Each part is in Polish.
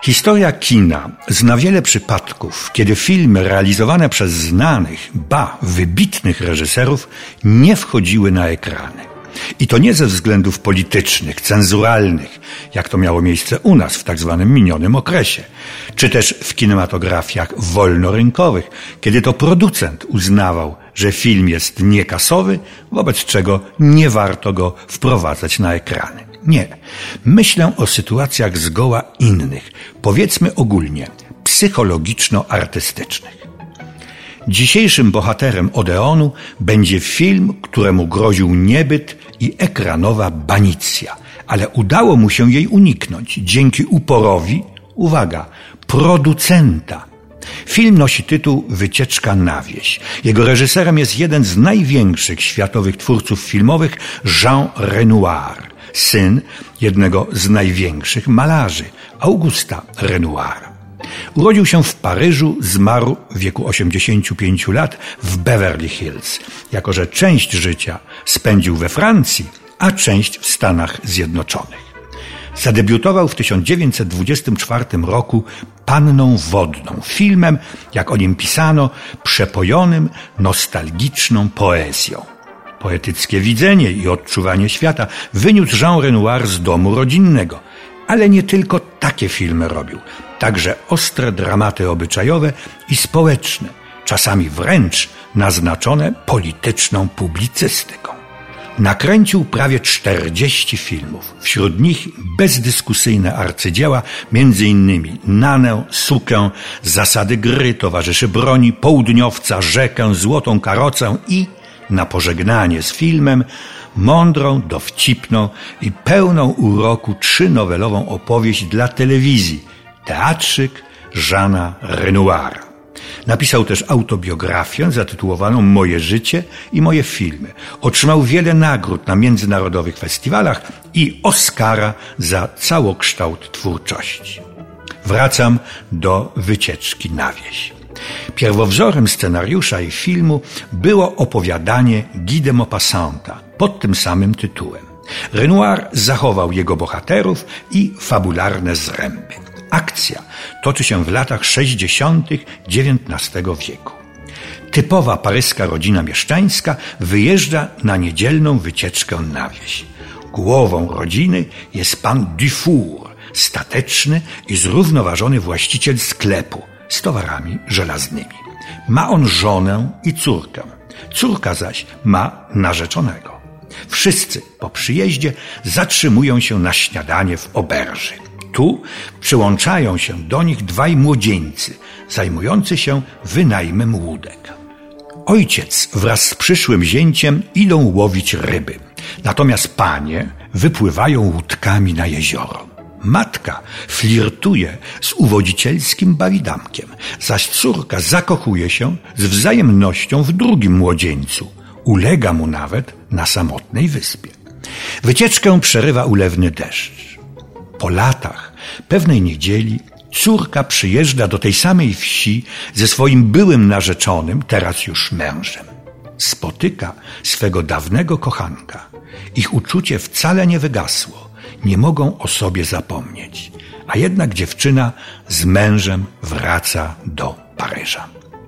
Historia kina zna wiele przypadków, kiedy filmy realizowane przez znanych, wybitnych reżyserów nie wchodziły na ekrany. I to nie ze względów politycznych, cenzuralnych, jak to miało miejsce u nas w tak zwanym minionym okresie, czy też w kinematografiach wolnorynkowych, kiedy to producent uznawał, że film jest niekasowy, wobec czego nie warto go wprowadzać na ekrany. Nie. Myślę o sytuacjach zgoła innych, powiedzmy ogólnie, psychologiczno-artystycznych. Dzisiejszym bohaterem Odeonu będzie film, któremu groził niebyt i ekranowa banicja, ale udało mu się jej uniknąć dzięki uporowi, uwaga, producenta. Film nosi tytuł Wycieczka na wieś. Jego reżyserem jest jeden z największych światowych twórców filmowych, Jean Renoir, syn jednego z największych malarzy, Augusta Renoira. Urodził się w Paryżu, zmarł w wieku 85 lat w Beverly Hills, jako że część życia spędził we Francji, a część w Stanach Zjednoczonych. Zadebiutował w 1924 roku Panną Wodną, filmem, jak o nim pisano, przepojonym nostalgiczną poezją. Poetyckie widzenie i odczuwanie świata wyniósł Jean Renoir z domu rodzinnego. Ale nie tylko takie filmy robił, także ostre dramaty obyczajowe i społeczne, czasami wręcz naznaczone polityczną publicystyką. Nakręcił prawie 40 filmów, wśród nich bezdyskusyjne arcydzieła, m.in. Nanę, Sukę, Zasady gry, Towarzyszy broni, Południowca, Rzekę, Złotą karocę i na pożegnanie z filmem mądrą, dowcipną i pełną uroku 3-nowelową opowieść dla telewizji Teatrzyk Jeana Renoira. Napisał też autobiografię zatytułowaną Moje życie i moje filmy. Otrzymał wiele nagród na międzynarodowych festiwalach i Oscara za całokształt twórczości. Wracam do Wycieczki na wieś. Pierwowzorem scenariusza i filmu było opowiadanie Guy de Maupassanta pod tym samym tytułem. Renoir zachował jego bohaterów i fabularne zręby. Akcja toczy się w latach 60. XIX wieku. Typowa paryska rodzina mieszczańska wyjeżdża na niedzielną wycieczkę na wieś. Głową rodziny jest pan Dufour, stateczny i zrównoważony właściciel sklepu z towarami żelaznymi. Ma on żonę i córkę. Córka zaś ma narzeczonego. Wszyscy po przyjeździe zatrzymują się na śniadanie w oberży. Tu przyłączają się do nich dwaj młodzieńcy zajmujący się wynajmem łódek. Ojciec wraz z przyszłym zięciem idą łowić ryby, natomiast panie wypływają łódkami na jezioro. Matka flirtuje z uwodzicielskim bawidamkiem, zaś córka zakochuje się z wzajemnością w drugim młodzieńcu. Ulega mu nawet na samotnej wyspie. Wycieczkę przerywa ulewny deszcz. Po latach, pewnej niedzieli, córka przyjeżdża do tej samej wsi ze swoim byłym narzeczonym, teraz już mężem. Spotyka swego dawnego kochanka. Ich uczucie wcale nie wygasło. Nie mogą o sobie zapomnieć. A jednak dziewczyna z mężem wraca do Paryża.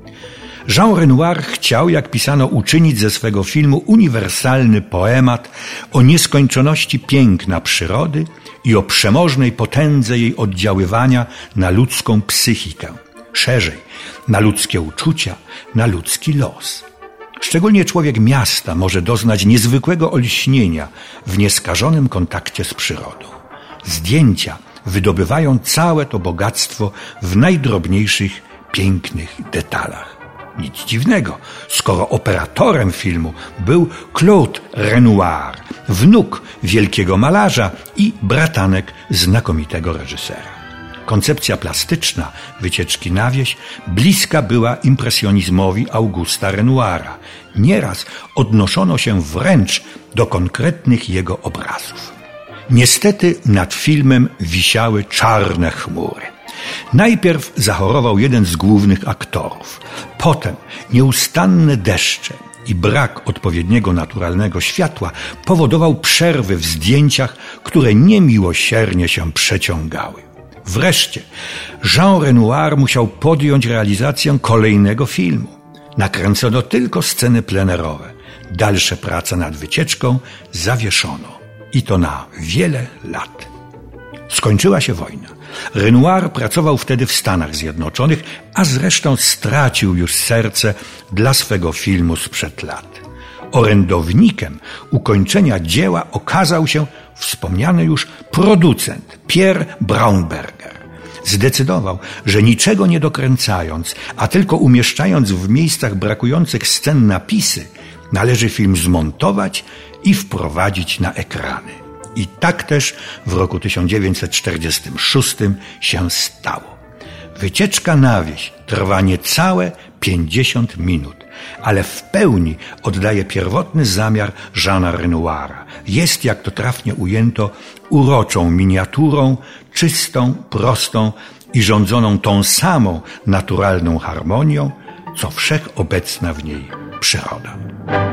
Jean Renoir chciał, jak pisano, uczynić ze swego filmu uniwersalny poemat o nieskończoności piękna przyrody i o przemożnej potędze jej oddziaływania na ludzką psychikę, szerzej, na ludzkie uczucia, na ludzki los. Szczególnie człowiek miasta może doznać niezwykłego olśnienia w nieskażonym kontakcie z przyrodą. Zdjęcia wydobywają całe to bogactwo w najdrobniejszych, pięknych detalach. Nic dziwnego, skoro operatorem filmu był Claude Renoir, wnuk wielkiego malarza i bratanek znakomitego reżysera. Koncepcja plastyczna Wycieczki na wieś bliska była impresjonizmowi Augusta Renoira. Nieraz odnoszono się wręcz do konkretnych jego obrazów. Niestety nad filmem wisiały czarne chmury. Najpierw zachorował jeden z głównych aktorów. Potem nieustanne deszcze i brak odpowiedniego naturalnego światła powodował przerwy w zdjęciach, które niemiłosiernie się przeciągały. Wreszcie Jean Renoir musiał podjąć realizację kolejnego filmu. Nakręcono tylko sceny plenerowe. Dalsze prace nad wycieczką zawieszono. I to na wiele lat. Skończyła się wojna. Renoir pracował wtedy w Stanach Zjednoczonych, a zresztą stracił już serce dla swego filmu sprzed lat. Orędownikiem ukończenia dzieła okazał się wspomniany już producent Pierre Braunberger. Zdecydował, że niczego nie dokręcając, a tylko umieszczając w miejscach brakujących scen napisy, należy film zmontować i wprowadzić na ekrany. I tak też w roku 1946 się stało. Wycieczka na wieś trwa niecałe 50 minut, ale w pełni oddaje pierwotny zamiar Jeana Renoira. Jest, jak to trafnie ujęto, uroczą miniaturą, czystą, prostą i rządzoną tą samą naturalną harmonią, co wszechobecna w niej przyroda.